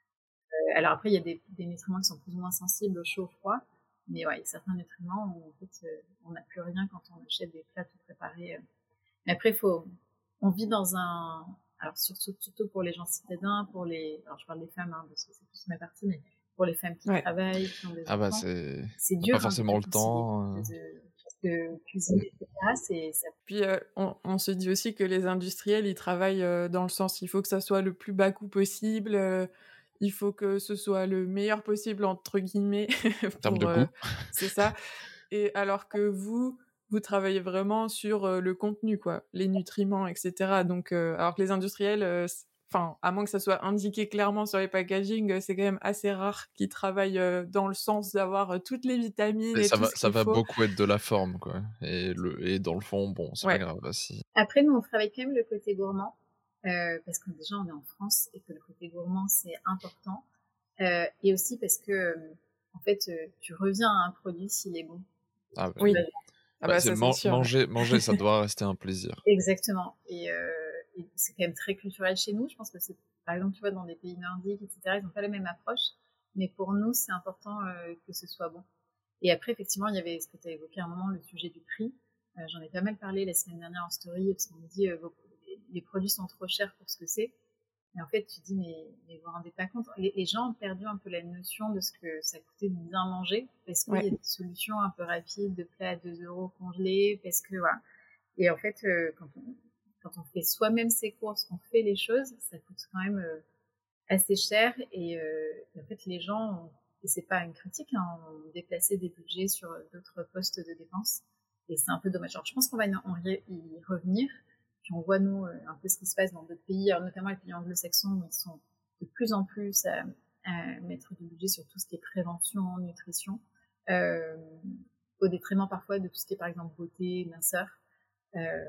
Speaker 3: Euh, alors après, il y a des, des nutriments qui sont plus ou moins sensibles au chaud, au froid, mais ouais, il y a certains nutriments où en fait, euh, on n'a plus rien quand on achète des plats tout préparés. Euh. Mais après, faut, on vit dans un, alors surtout, surtout pour les gens citadins, pour les, alors je parle des femmes, hein, parce que c'est plus ma partie, mais pour les femmes qui
Speaker 1: Ouais.
Speaker 3: travaillent, qui ont des
Speaker 2: Ah bah
Speaker 3: enfants,
Speaker 2: c'est
Speaker 3: c'est
Speaker 2: t'as
Speaker 3: dur
Speaker 2: pas
Speaker 3: hein, de
Speaker 2: forcément
Speaker 3: te
Speaker 2: le
Speaker 3: concilier.
Speaker 2: temps.
Speaker 3: De,
Speaker 2: euh.
Speaker 3: de, parce que cuisiner, et cetera, c'est, ça.
Speaker 1: Puis euh, on, on se dit aussi que les industriels, ils travaillent euh, dans le sens, il faut que ça soit le plus bas coût possible, euh, il faut que ce soit le meilleur possible, entre guillemets,
Speaker 2: En termes de
Speaker 1: pour, euh,
Speaker 2: goût.
Speaker 1: c'est ça. Et alors que vous, vous travaillez vraiment sur euh, le contenu, quoi, les nutriments, et cetera. Donc, euh, alors que les industriels, euh, c- enfin, à moins que ça soit indiqué clairement sur les packaging, euh, c'est quand même assez rare qu'ils travaillent euh, dans le sens d'avoir euh, toutes les vitamines
Speaker 2: Et
Speaker 1: et
Speaker 2: ça
Speaker 1: tout
Speaker 2: va,
Speaker 1: ce
Speaker 2: ça
Speaker 1: qu'il
Speaker 2: va
Speaker 1: faut.
Speaker 2: beaucoup être de la forme, quoi. Et, le, et dans le fond, bon, c'est pas
Speaker 1: Ouais,
Speaker 2: grave. Bah, si.
Speaker 3: Après, nous, on travaille quand même le côté gourmand, euh, parce que déjà, on est en France et que le côté gourmand, c'est important. Euh, et aussi parce que, euh, en fait, euh, tu reviens à un produit s'il est bon.
Speaker 2: Ah, bah,
Speaker 3: Tu vas
Speaker 1: oui.
Speaker 3: bien.
Speaker 1: Ah
Speaker 2: bah,
Speaker 1: bah
Speaker 2: c'est
Speaker 1: ça, c'est
Speaker 2: man-
Speaker 1: sûr. Ouais.
Speaker 2: manger, manger, ça doit rester un plaisir.
Speaker 3: Exactement. Et, euh, et c'est quand même très culturel chez nous. Je pense que c'est, par exemple, tu vois, dans des pays nordiques, et cetera, ils n'ont pas la même approche. Mais pour nous, c'est important euh, que ce soit bon. Et après, effectivement, il y avait ce que tu as évoqué à un moment, le sujet du prix. Euh, j'en ai pas mal parlé la semaine dernière en story, parce qu'on me dit euh, vos- les, les produits sont trop chers pour ce que c'est. Et en fait, tu te dis, mais, mais vous vous rendez pas compte. Les, les gens ont perdu un peu la notion de ce que ça coûtait de bien manger, parce qu'il y a
Speaker 1: Ouais.
Speaker 3: des solutions un peu rapides, de plats à deux euros congelés, parce que voilà. Et en fait, euh, quand, on, quand on fait soi-même ses courses, qu'on fait les choses, ça coûte quand même euh, assez cher. Et, euh, et en fait, les gens, ont, et c'est pas une critique, hein, ont déplacé des budgets sur d'autres postes de dépenses. Et c'est un peu dommage. Alors, je pense qu'on va y revenir. Puis on voit, nous, un peu ce qui se passe dans d'autres pays, alors notamment les pays anglo-saxons, où ils sont de plus en plus à, à mettre du budget sur tout ce qui est prévention, nutrition, euh, au détriment parfois de tout ce qui est, par exemple, beauté, minceur. Euh,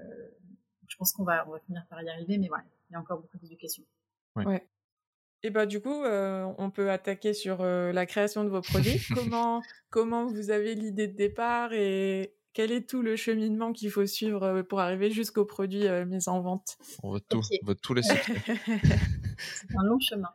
Speaker 3: je pense qu'on va, on va finir par y arriver, mais voilà, il y a encore beaucoup d'éducation.
Speaker 2: Ouais.
Speaker 1: Ouais. Et bah du coup, euh, on peut attaquer sur euh, la création de vos produits. Comment, comment vous avez l'idée de départ et quel est tout le cheminement qu'il faut suivre euh, pour arriver jusqu'aux produits euh, mis en vente?
Speaker 2: On veut tout,
Speaker 3: Ok.
Speaker 2: on veut tous les secrets.
Speaker 3: C'est un long chemin.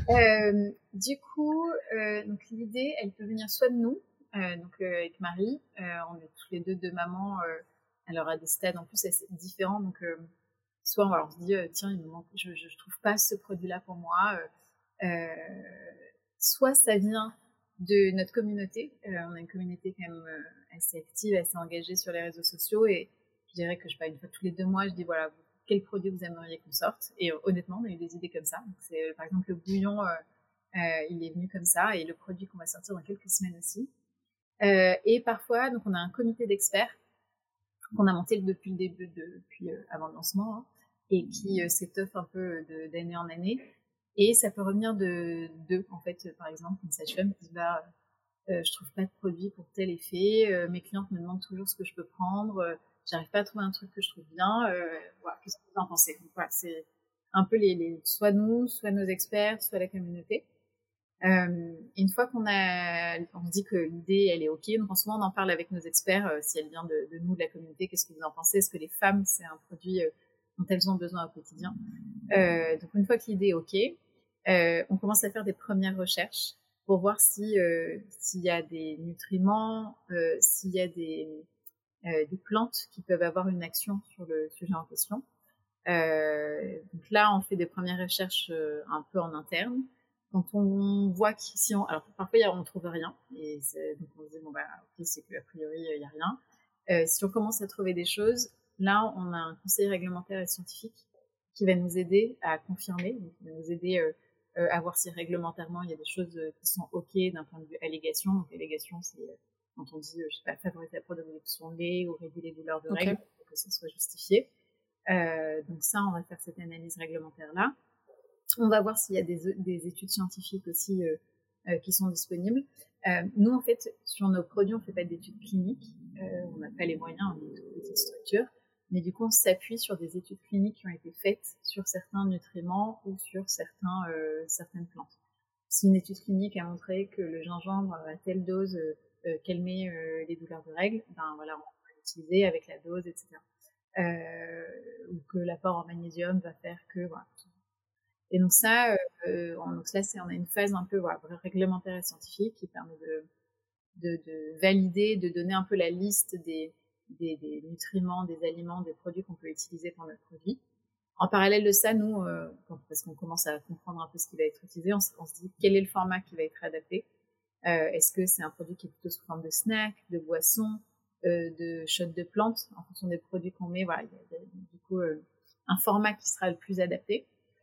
Speaker 3: Euh, du coup, euh, donc l'idée, elle peut venir soit de nous, euh, donc euh, avec Marie, euh, on est tous les deux deux mamans, euh, alors à des stades en plus assez différents, donc euh, soit on, alors, on se dit euh, tiens, il me manque, je, je, je trouve pas ce produit-là pour moi, euh, euh, soit ça vient de notre communauté, euh, on a une communauté quand même euh, assez active, assez engagée sur les réseaux sociaux, et je dirais que je sais pas, une fois tous les deux mois, je dis voilà, quel produit vous aimeriez qu'on sorte. Et euh, honnêtement, on a eu des idées comme ça. Donc, c'est, euh, par exemple, le bouillon, euh, euh, il est venu comme ça, et le produit qu'on va sortir dans quelques semaines aussi. Euh, et parfois, donc, on a un comité d'experts qu'on a monté depuis le début, de, depuis euh, avant le lancement, hein, et qui euh, s'étoffe un peu de, d'année en année. Et ça peut revenir de deux, en fait, euh, par exemple, une sage-femme qui se va, euh, je trouve pas de produit pour tel effet, euh, mes clientes me demandent toujours ce que je peux prendre, euh, j'arrive pas à trouver un truc que je trouve bien, euh, voilà, qu'est-ce que vous en pensez? Donc, voilà, c'est un peu les, les, soit nous, soit nos experts, soit la communauté. Euh, une fois qu'on a, on se dit que l'idée, elle est ok, donc souvent on en parle avec nos experts, euh, si elle vient de, de nous, de la communauté, qu'est-ce que vous en pensez? Est-ce que les femmes, c'est un produit euh, dont elles ont besoin au quotidien? Euh, donc une fois que l'idée est ok, euh, on commence à faire des premières recherches pour voir si euh, s'il y a des nutriments, euh, s'il y a des, euh, des plantes qui peuvent avoir une action sur le sujet en question. Euh, donc là, on fait des premières recherches euh, un peu en interne. quand on voit que si on, alors parfois on ne trouve rien, et donc on se dit bon bah ok, c'est qu'a priori il n'y a rien. Euh, si on commence à trouver des choses, là on a un conseiller réglementaire et scientifique qui va nous aider à confirmer, donc qui va nous aider euh, euh, à voir si réglementairement il y a des choses qui sont ok d'un point de vue allégation. Donc allégation, c'est quand on dit, je sais pas, favoriser la production de lait ou réduire les douleurs de règles, okay. Pour que ça soit justifié. Euh, donc ça, on va faire cette analyse réglementaire-là. On va voir s'il y a des, des études scientifiques aussi euh, euh, qui sont disponibles. Euh, nous, en fait, sur nos produits, on ne fait pas d'études cliniques. Euh, on n'a pas les moyens, on est une petite structure. Mais du coup, on s'appuie sur des études cliniques qui ont été faites sur certains nutriments ou sur certains, euh, certaines plantes. Si une étude clinique a montré que le gingembre à telle dose euh, calmait euh, les douleurs de règles, ben voilà, on va l'utiliser avec la dose, et cetera. Euh, ou que l'apport en magnésium va faire que voilà. Et donc ça, euh, on, donc là, c'est, on a une phase un peu voilà, réglementaire et scientifique qui permet de, de, de valider, de donner un peu la liste des, des, des nutriments, des aliments, des produits qu'on peut utiliser pour notre produit. En parallèle de ça, nous, euh, parce qu'on commence à comprendre un peu ce qui va être utilisé, on, on se dit quel est le format qui va être adapté. Euh, est-ce que c'est un produit qui est plutôt sous forme de snack, de boisson, euh, de shot de plantes, en fonction des produits qu'on met. Voilà, il y a, il y a du coup euh, un format qui sera le plus adapté.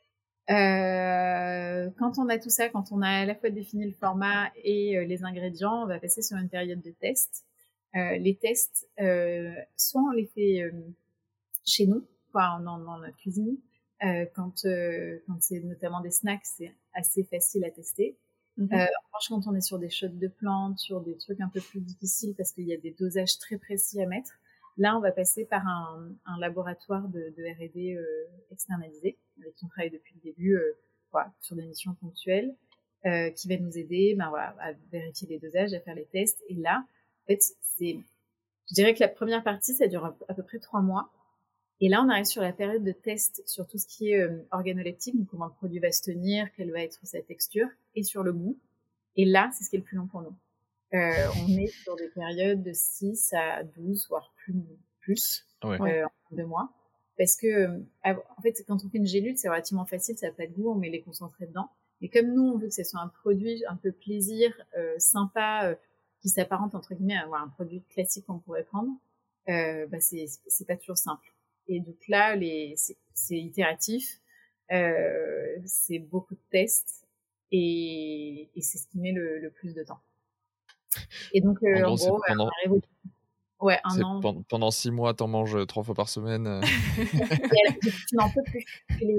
Speaker 3: Euh, quand on a tout ça, quand on a à la fois défini le format et euh, les ingrédients, on va passer sur une période de tests. Euh, les tests, euh, soit on les fait euh, chez nous, quoi, dans, dans notre cuisine. Euh, quand, euh, quand c'est notamment des snacks, c'est assez facile à tester. Mmh. Euh, en revanche, quand on est sur des shots de plantes, sur des trucs un peu plus difficiles parce qu'il y a des dosages très précis à mettre, là, on va passer par un, un laboratoire de, de R et D euh, externalisé, avec qui on travaille depuis le début, euh, voilà, sur des missions ponctuelles, euh, qui va nous aider ben, voilà, à vérifier les dosages, à faire les tests. Et là, en fait, c'est, je dirais que la première partie, ça dure à, à peu près trois mois. Et là, on arrive sur la période de test sur tout ce qui est euh, organoleptique, donc comment le produit va se tenir, quelle va être sa texture, et sur le goût. Et là, c'est ce qui est le plus long pour nous. Euh, on est sur des périodes de six à douze, voire plus, plus ouais. euh, en deux mois. Parce que, euh, en fait, quand on fait une gélule, c'est relativement facile, ça n'a pas de goût, on met les concentrés dedans. Et comme nous, on veut que ce soit un produit un peu plaisir, euh, sympa, euh, qui s'apparente, entre guillemets, à un produit classique qu'on pourrait prendre, euh, bah c'est, c'est pas toujours simple. Et donc là, les, c'est, c'est itératif, euh, c'est beaucoup de tests, et, et c'est ce qui met le, le plus de temps. Et donc, euh, en, en gros,
Speaker 2: pendant...
Speaker 3: on arrive au... Ouais, un
Speaker 2: c'est
Speaker 3: an.
Speaker 2: Pendant, pendant six mois, t'en manges trois fois par semaine.
Speaker 3: Tu n'en peux plus. Les...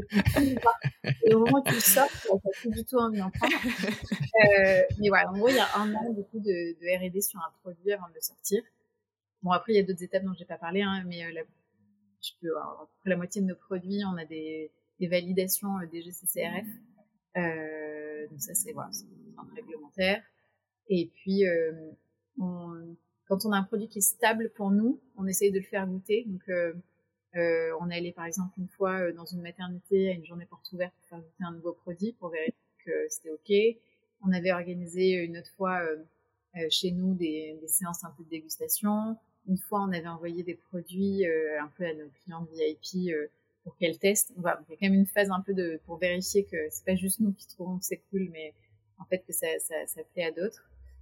Speaker 3: Et au moment où tu le sors, tu n'as plus du tout envie d'en prendre. Euh, mais voilà, en gros, il y a un an du coup, de, de R et D sur un produit avant de le sortir. Bon, après, il y a d'autres étapes dont je n'ai pas parlé, hein, mais euh, la... je peux, alors, à peu près la moitié de nos produits, on a des, des validations euh, des G C C R F. Euh, donc ça, c'est, voilà, c'est un réglementaire. Et puis, euh, on, quand on a un produit qui est stable pour nous, on essaye de le faire goûter. Donc, euh, euh, on est allé par exemple une fois euh, dans une maternité à une journée porte ouverte pour faire goûter un nouveau produit pour vérifier que c'était OK. On avait organisé une autre fois euh, euh, chez nous des, des séances un peu de dégustation. Une fois, on avait envoyé des produits euh, un peu à nos clients de V I P euh, pour qu'elles testent. Voilà, il y a quand même une phase un peu de pour vérifier que c'est pas juste nous qui trouvons que c'est cool, mais en fait que ça, ça, ça plaît à d'autres.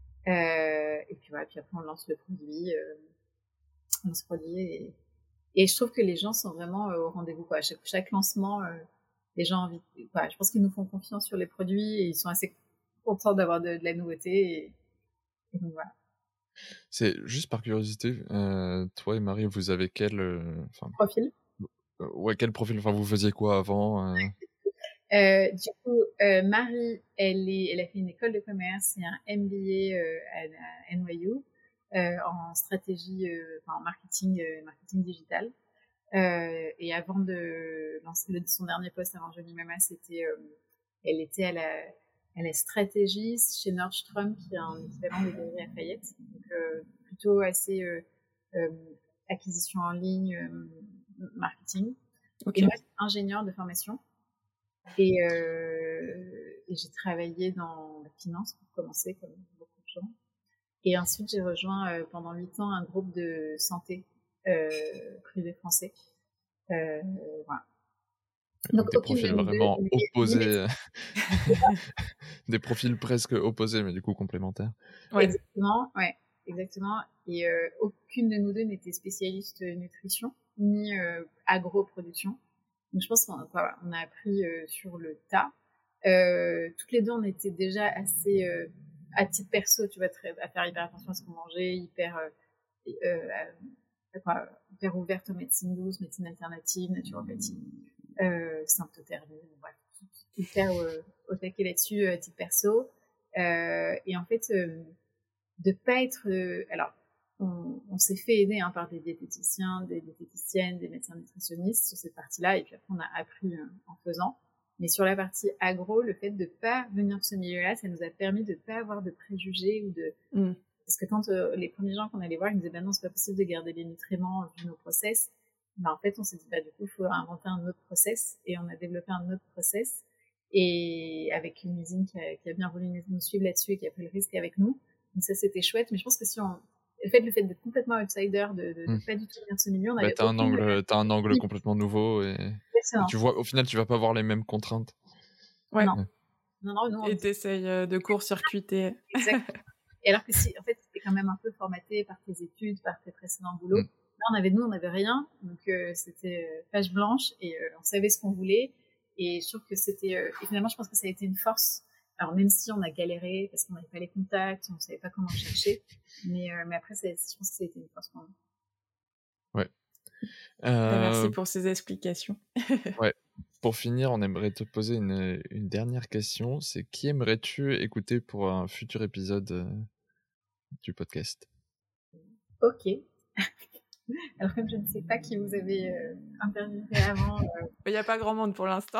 Speaker 3: Euh, et puis voilà, puis après on lance le produit, euh, on lance le produit et, et je trouve que les gens sont vraiment euh, au rendez-vous quoi. Chaque, chaque lancement, euh, les gens ont envie, voilà, je pense qu'ils nous font confiance sur les produits et ils sont assez contents d'avoir de, de la nouveauté et, et donc voilà.
Speaker 2: C'est juste par curiosité, euh, toi et Marie, vous avez quel euh,
Speaker 3: profil
Speaker 2: euh, Ouais, quel profil. Enfin, vous faisiez quoi avant euh...
Speaker 3: Euh, du coup, euh, Marie, elle, est, elle a fait une école de commerce et un M B A euh, à, à N Y U euh, en stratégie, euh, enfin, en marketing, euh, marketing digital. Euh, et avant de lancer le, son dernier poste avant Jolie Mama, c'était, euh, elle était à la, à la stratégie chez Nordstrom, qui est un équivalent des Galeries Lafayette. Donc, euh, plutôt assez euh, euh, acquisition en ligne, euh, marketing. Okay. Et moi, je suis ingénieure de formation. Et, euh, et j'ai travaillé dans la finance pour commencer, comme beaucoup de gens. Et ensuite, j'ai rejoint euh, pendant huit ans un groupe de santé euh, privé français. Euh, voilà. Donc,
Speaker 2: Des
Speaker 3: aucune de
Speaker 2: profils
Speaker 3: nous deux
Speaker 2: vraiment
Speaker 3: n'est
Speaker 2: opposés,
Speaker 3: c'est ça.
Speaker 2: des profils presque opposés, mais du coup complémentaires.
Speaker 1: Ouais.
Speaker 3: Exactement, ouais, exactement. Et euh, aucune de nous deux n'était spécialiste nutrition ni euh, agro-production. Donc je pense qu'on voilà, on a appris euh, sur le tas. Euh, toutes les deux, on était déjà assez, euh, à titre perso, tu vois, très, à faire hyper attention à ce qu'on mangeait, hyper, euh, euh, euh, quoi, hyper ouverte aux médecines douces, médecine alternative, naturopathie, euh, symptothermie, bref, hyper euh, au taquet là-dessus, à titre perso. Euh, et en fait, euh, de pas être... Euh, alors, on, on s'est fait aider hein, par des diététiciens, des diététiciennes, des médecins nutritionnistes sur cette partie-là, et puis après on a appris euh, en faisant. Mais sur la partie agro, le fait de pas venir de ce milieu-là, ça nous a permis de pas avoir de préjugés ou de...
Speaker 1: Mm.
Speaker 3: Parce que quand euh, les premiers gens qu'on allait voir, ils nous disaient, ben non, c'est pas possible de garder les nutriments euh, vu nos process. Ben, en fait, on s'est dit, bah, du coup, il faut inventer un autre process, et on a développé un autre process, et avec une usine qui a, qui a bien voulu nous suivre là-dessus et qui a pris le risque avec nous. Donc ça, c'était chouette. Mais je pense que si on... Le fait, le fait d'être complètement outsider, de, de,
Speaker 2: Mm.
Speaker 3: de pas du tout venir de ce milieu, on
Speaker 2: Bah,
Speaker 3: avait
Speaker 2: t'as un
Speaker 3: aucune...
Speaker 2: angle, t'as un angle complètement nouveau et, et tu vois, au final, tu vas pas avoir les mêmes contraintes.
Speaker 1: Ouais.
Speaker 3: Non. Non, non, non.
Speaker 1: Et t'essayes euh, de court-circuiter.
Speaker 3: Exactement. Et alors que si, en fait, c'était quand même un peu formaté par tes études, par tes précédents boulots.
Speaker 2: Mm.
Speaker 3: Là, on avait, nous, on n'avait rien. Donc, euh, c'était euh, page blanche et euh, on savait ce qu'on voulait. Et je trouve que c'était... Euh, et finalement, je pense que ça a été une force. Alors, même si on a galéré parce qu'on n'avait pas les contacts, on ne savait pas comment chercher. Mais, euh, mais après, ça, je pense que ça a été une force pour nous.
Speaker 2: Ouais.
Speaker 1: Euh... Bah, merci
Speaker 2: Euh...
Speaker 1: pour ces explications.
Speaker 2: Ouais. Pour finir, on aimerait te poser une, une dernière question. C'est qui aimerais-tu écouter pour un futur épisode euh, du podcast?
Speaker 3: Ok. Alors comme je ne sais pas qui vous avez euh, interviewé avant... Il
Speaker 1: euh... n'y a pas grand monde pour l'instant.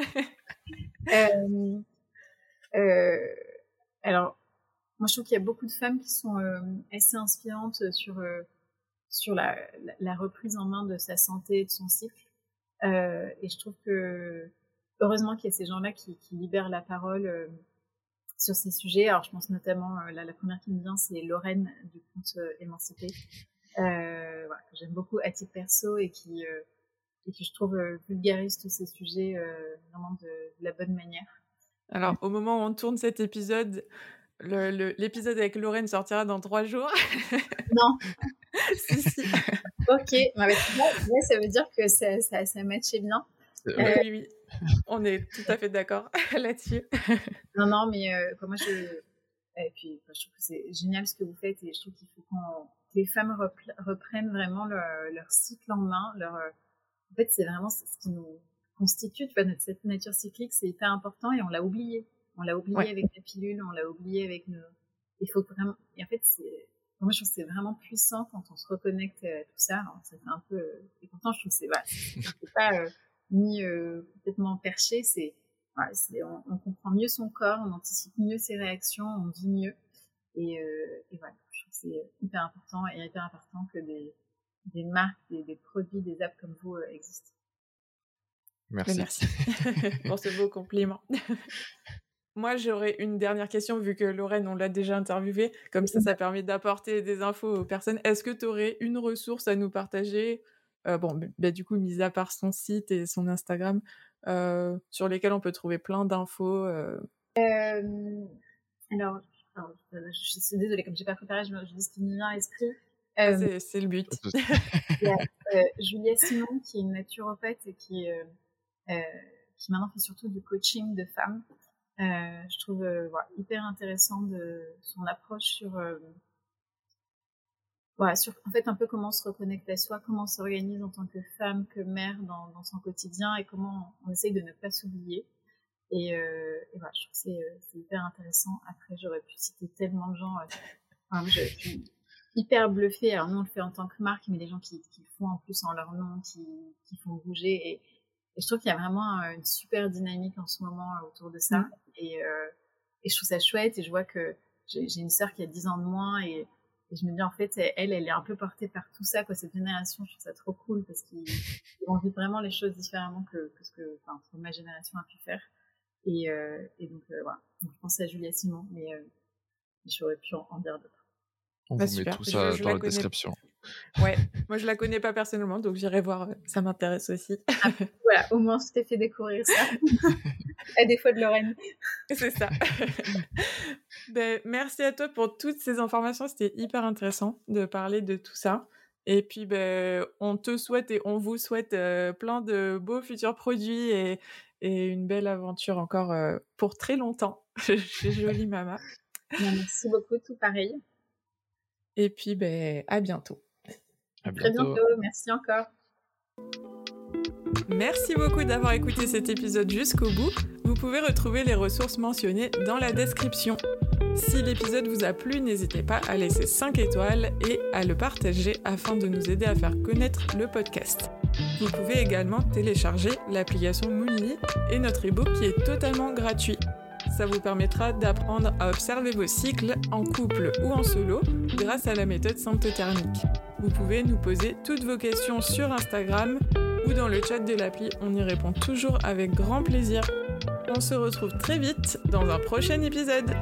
Speaker 3: euh, euh, alors, moi je trouve qu'il y a beaucoup de femmes qui sont euh, assez inspirantes sur, euh, sur la, la, la reprise en main de sa santé et de son cycle. Euh, et je trouve que heureusement qu'il y a ces gens-là qui, qui libèrent la parole euh, sur ces sujets. Alors je pense notamment, euh, la, la première qui me vient, c'est Lorraine du compte euh, Émancipé, euh, voilà, que j'aime beaucoup à titre perso et qui, euh, et qui je trouve euh, vulgarise tous ces sujets euh, vraiment de, de la bonne manière.
Speaker 1: Alors au moment où on tourne cet épisode, le, le, l'épisode avec Lorraine sortira dans trois jours.
Speaker 3: Non.
Speaker 1: Si, si.
Speaker 3: Ok, bah, là, ça veut dire que ça, ça, ça matchait bien.
Speaker 1: Euh, oui, oui, oui. On est tout à fait d'accord là-dessus.
Speaker 3: Non, non, mais euh, moi, je... Et puis, je trouve que c'est génial ce que vous faites et je trouve qu'il faut qu'on... que les femmes repl... reprennent vraiment leur, leur cycle en main. Leur... En fait, c'est vraiment ce qui nous constitue. Tu vois, notre, cette nature cyclique, c'est hyper important et on l'a oublié. On l'a oublié ouais. avec la pilule, on l'a oublié avec nos... Il faut vraiment... Et en fait, c'est... Moi, je trouve que c'est vraiment puissant quand on se reconnecte à tout ça. Alors, ça fait un peu... Et pourtant, je trouve que c'est, voilà, c'est pas euh, ni euh, complètement perché, c'est... Ouais, c'est, on, on comprend mieux son corps, on anticipe mieux ses réactions, on vit mieux. Et, euh, et voilà, je trouve que c'est hyper important et hyper important que des, des marques, des, des produits, des apps comme vous euh, existent.
Speaker 2: Merci.
Speaker 1: Merci pour ce beau compliment. Moi, j'aurais une dernière question, vu que Lorraine, on l'a déjà interviewée. Comme ça, ça permet d'apporter des infos aux personnes. Est-ce que tu aurais une ressource à nous partager euh, bon, bah, du coup, mis à part son site et son Instagram, euh, sur lesquels on peut trouver plein d'infos euh...
Speaker 3: Euh, alors, alors, je suis désolée, comme j'ai pas préparé, je, je dis ce qui me vient à l'esprit. Euh,
Speaker 1: ah, c'est, c'est le but.
Speaker 3: Il y a euh, Julia Simon, qui est une naturopathe et qui, euh, euh, qui maintenant fait surtout du coaching de femmes. Euh, je trouve euh, voilà, hyper intéressant de son approche sur, euh, voilà, sur en fait un peu comment on se reconnecte à soi, comment on s'organise en tant que femme, que mère dans, dans son quotidien et comment on, on essaye de ne pas s'oublier. Et, euh, et voilà, je trouve que c'est, c'est hyper intéressant. Après, j'aurais pu citer tellement de gens. Euh, enfin, je suis hyper bluffée. Alors nous, on le fait en tant que marque, mais les gens qui, qui le font en plus en leur nom, qui, qui font bouger. Et, et je trouve qu'il y a vraiment une super dynamique en ce moment autour de ça. Mmh. Et, euh, et je trouve ça chouette. Et je vois que j'ai, j'ai une sœur qui a dix ans de moins. Et, et je me dis, en fait, elle, elle est un peu portée par tout ça, quoi, cette génération. Je trouve ça trop cool parce qu'ils vont vivre vraiment les choses différemment que, que ce que, enfin, ce que ma génération a pu faire. Et, euh, et donc, euh, voilà. Donc, je pensais à Julia Simon, mais euh, j'aurais pu en, en dire d'autres.
Speaker 2: On
Speaker 1: bah,
Speaker 2: vous
Speaker 1: super.
Speaker 2: met tout ça
Speaker 1: je, je
Speaker 2: dans la,
Speaker 1: la
Speaker 2: description.
Speaker 1: Ouais, moi je la connais pas personnellement, donc j'irai voir, ça m'intéresse aussi.
Speaker 3: Ah, voilà, au moins je t'ai fait découvrir ça. À défaut de Lorraine.
Speaker 1: C'est ça. Ben, merci à toi pour toutes ces informations, c'était hyper intéressant de parler de tout ça. Et puis, ben, on te souhaite et on vous souhaite euh, plein de beaux futurs produits et, et une belle aventure encore euh, pour très longtemps chez Jolie Mama.
Speaker 3: Bien, merci beaucoup, tout pareil.
Speaker 1: Et puis, ben, à bientôt.
Speaker 2: À
Speaker 3: Très
Speaker 2: bientôt.
Speaker 3: bientôt, merci encore.
Speaker 1: Merci beaucoup d'avoir écouté cet épisode jusqu'au bout. Vous pouvez retrouver les ressources mentionnées dans la description. Si l'épisode vous a plu, n'hésitez pas à laisser cinq étoiles et à le partager afin de nous aider à faire connaître le podcast. Vous pouvez également télécharger l'application Moonly et notre e-book qui est totalement gratuit. Ça vous permettra d'apprendre à observer vos cycles en couple ou en solo grâce à la méthode symptothermique. Vous pouvez nous poser toutes vos questions sur Instagram ou dans le chat de l'appli, on y répond toujours avec grand plaisir. On se retrouve très vite dans un prochain épisode.